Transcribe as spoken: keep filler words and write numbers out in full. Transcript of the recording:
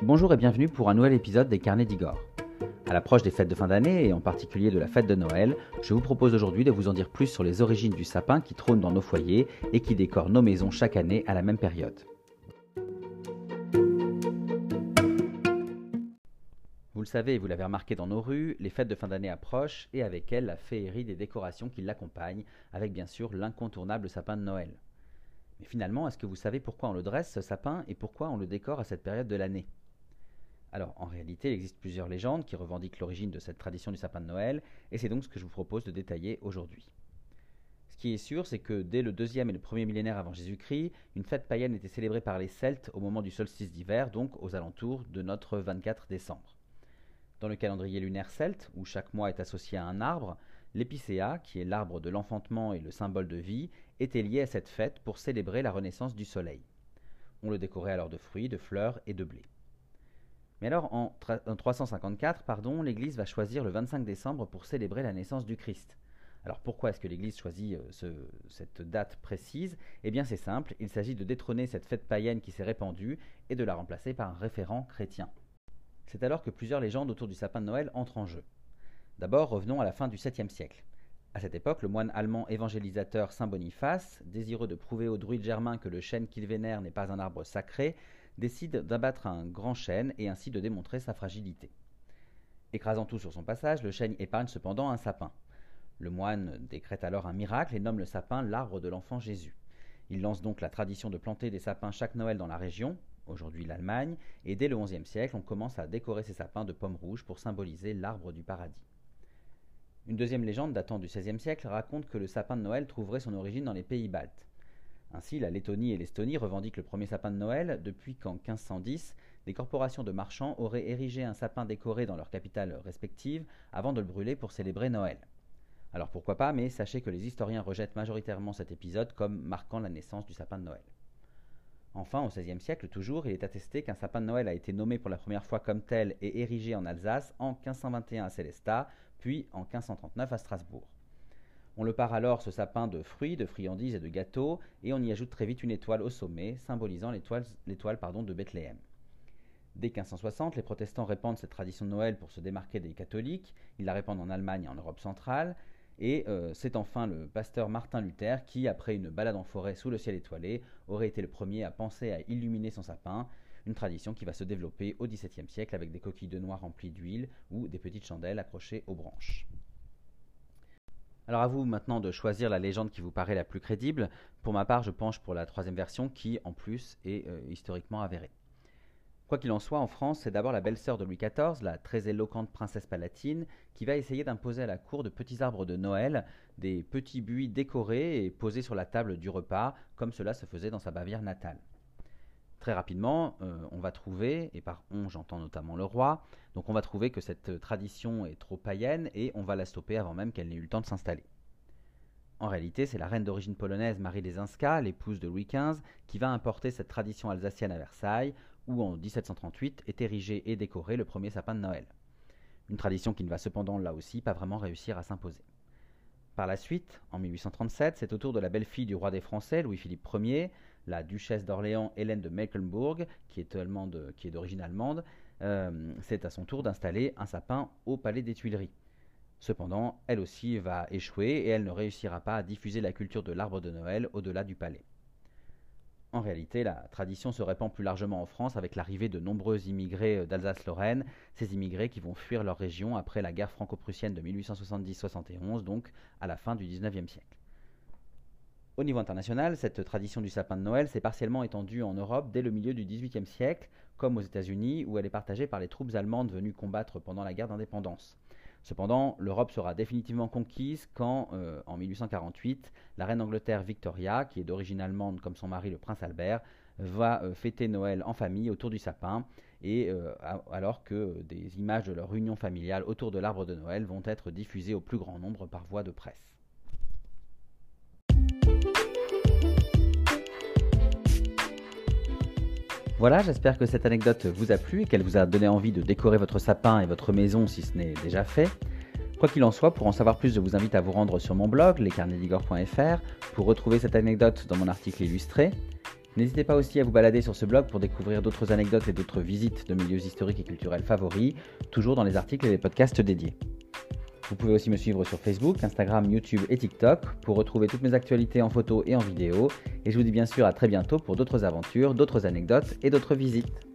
Bonjour et bienvenue pour un nouvel épisode des Carnets d'Igor. À l'approche des fêtes de fin d'année et en particulier de la fête de Noël, je vous propose aujourd'hui de vous en dire plus sur les origines du sapin qui trône dans nos foyers et qui décore nos maisons chaque année à la même période. Vous le savez et vous l'avez remarqué dans nos rues, les fêtes de fin d'année approchent et avec elles la féerie des décorations qui l'accompagnent, avec bien sûr l'incontournable sapin de Noël. Mais finalement, est-ce que vous savez pourquoi on le dresse ce sapin et pourquoi on le décore à cette période de l'année ? Alors, en réalité, il existe plusieurs légendes qui revendiquent l'origine de cette tradition du sapin de Noël, et c'est donc ce que je vous propose de détailler aujourd'hui. Ce qui est sûr, c'est que dès le deuxième et le premier millénaire avant Jésus-Christ, une fête païenne était célébrée par les Celtes au moment du solstice d'hiver, donc aux alentours de notre vingt-quatre décembre. Dans le calendrier lunaire celte, où chaque mois est associé à un arbre, l'épicéa, qui est l'arbre de l'enfantement et le symbole de vie, était lié à cette fête pour célébrer la renaissance du soleil. On le décorait alors de fruits, de fleurs et de blé. Mais alors, en, en trois cent cinquante-quatre, pardon, l'Église va choisir le vingt-cinq décembre pour célébrer la naissance du Christ. Alors pourquoi est-ce que l'Église choisit euh, ce, cette date précise ? Eh bien c'est simple, il s'agit de détrôner cette fête païenne qui s'est répandue et de la remplacer par un référent chrétien. C'est alors que plusieurs légendes autour du sapin de Noël entrent en jeu. D'abord, revenons à la fin du septième siècle. À cette époque, le moine allemand évangélisateur saint Boniface, désireux de prouver aux druides germains que le chêne qu'il vénère n'est pas un arbre sacré, décide d'abattre un grand chêne et ainsi de démontrer sa fragilité. Écrasant tout sur son passage, le chêne épargne cependant un sapin. Le moine décrète alors un miracle et nomme le sapin l'arbre de l'enfant Jésus. Il lance donc la tradition de planter des sapins chaque Noël dans la région, aujourd'hui l'Allemagne, et dès le onzième siècle, on commence à décorer ces sapins de pommes rouges pour symboliser l'arbre du paradis. Une deuxième légende datant du seizième siècle raconte que le sapin de Noël trouverait son origine dans les pays baltes. Ainsi, la Lettonie et l'Estonie revendiquent le premier sapin de Noël depuis qu'en quinze cent dix, des corporations de marchands auraient érigé un sapin décoré dans leurs capitales respectives avant de le brûler pour célébrer Noël. Alors pourquoi pas, mais sachez que les historiens rejettent majoritairement cet épisode comme marquant la naissance du sapin de Noël. Enfin, au seizième siècle toujours, il est attesté qu'un sapin de Noël a été nommé pour la première fois comme tel et érigé en Alsace en quinze cent vingt et un à Sélestat, puis en quinze cent trente-neuf à Strasbourg. On le pare alors ce sapin de fruits, de friandises et de gâteaux, et on y ajoute très vite une étoile au sommet, symbolisant l'étoile, l'étoile pardon, de Bethléem. Dès quinze cent soixante, les protestants répandent cette tradition de Noël pour se démarquer des catholiques. Ils la répandent en Allemagne et en Europe centrale. Et euh, c'est enfin le pasteur Martin Luther qui, après une balade en forêt sous le ciel étoilé, aurait été le premier à penser à illuminer son sapin, une tradition qui va se développer au dix-septième siècle avec des coquilles de noix remplies d'huile ou des petites chandelles accrochées aux branches. Alors à vous maintenant de choisir la légende qui vous paraît la plus crédible. Pour ma part, je penche pour la troisième version qui, en plus, est euh, historiquement avérée. Quoi qu'il en soit, en France, c'est d'abord la belle-sœur de Louis quatorze, la très éloquente princesse palatine, qui va essayer d'imposer à la cour de petits arbres de Noël, des petits buis décorés et posés sur la table du repas, comme cela se faisait dans sa Bavière natale. Très rapidement, euh, on va trouver, et par on j'entends notamment le roi, donc on va trouver que cette tradition est trop païenne et on va la stopper avant même qu'elle n'ait eu le temps de s'installer. En réalité, c'est la reine d'origine polonaise Marie Lesinska, l'épouse de Louis quinze, qui va importer cette tradition alsacienne à Versailles, où en dix-sept cent trente-huit est érigé et décoré le premier sapin de Noël. Une tradition qui ne va cependant là aussi pas vraiment réussir à s'imposer. Par la suite, en mille huit cent trente-sept, c'est au tour de la belle-fille du roi des Français, Louis-Philippe Ier, la duchesse d'Orléans Hélène de Mecklembourg, qui est, allemande, qui est d'origine allemande, euh, c'est à son tour d'installer un sapin au palais des Tuileries. Cependant, elle aussi va échouer et elle ne réussira pas à diffuser la culture de l'arbre de Noël au-delà du palais. En réalité, la tradition se répand plus largement en France avec l'arrivée de nombreux immigrés d'Alsace-Lorraine, ces immigrés qui vont fuir leur région après la guerre franco-prussienne de mille huit cent soixante-dix soixante et onze, donc à la fin du dix-neuvième siècle. Au niveau international, cette tradition du sapin de Noël s'est partiellement étendue en Europe dès le milieu du dix-huitième siècle, comme aux États-Unis, où elle est partagée par les troupes allemandes venues combattre pendant la guerre d'indépendance. Cependant, l'Europe sera définitivement conquise quand, euh, en mille huit cent quarante-huit, la reine d'Angleterre Victoria, qui est d'origine allemande comme son mari le prince Albert, va euh, fêter Noël en famille autour du sapin, et euh, alors que des images de leur union familiale autour de l'arbre de Noël vont être diffusées au plus grand nombre par voie de presse. Voilà, j'espère que cette anecdote vous a plu et qu'elle vous a donné envie de décorer votre sapin et votre maison si ce n'est déjà fait. Quoi qu'il en soit, pour en savoir plus, je vous invite à vous rendre sur mon blog, lescarnetsdigor point f r, pour retrouver cette anecdote dans mon article illustré. N'hésitez pas aussi à vous balader sur ce blog pour découvrir d'autres anecdotes et d'autres visites de milieux historiques et culturels favoris, toujours dans les articles et les podcasts dédiés. Vous pouvez aussi me suivre sur Facebook, Instagram, YouTube et TikTok pour retrouver toutes mes actualités en photo et en vidéo. Et je vous dis bien sûr à très bientôt pour d'autres aventures, d'autres anecdotes et d'autres visites.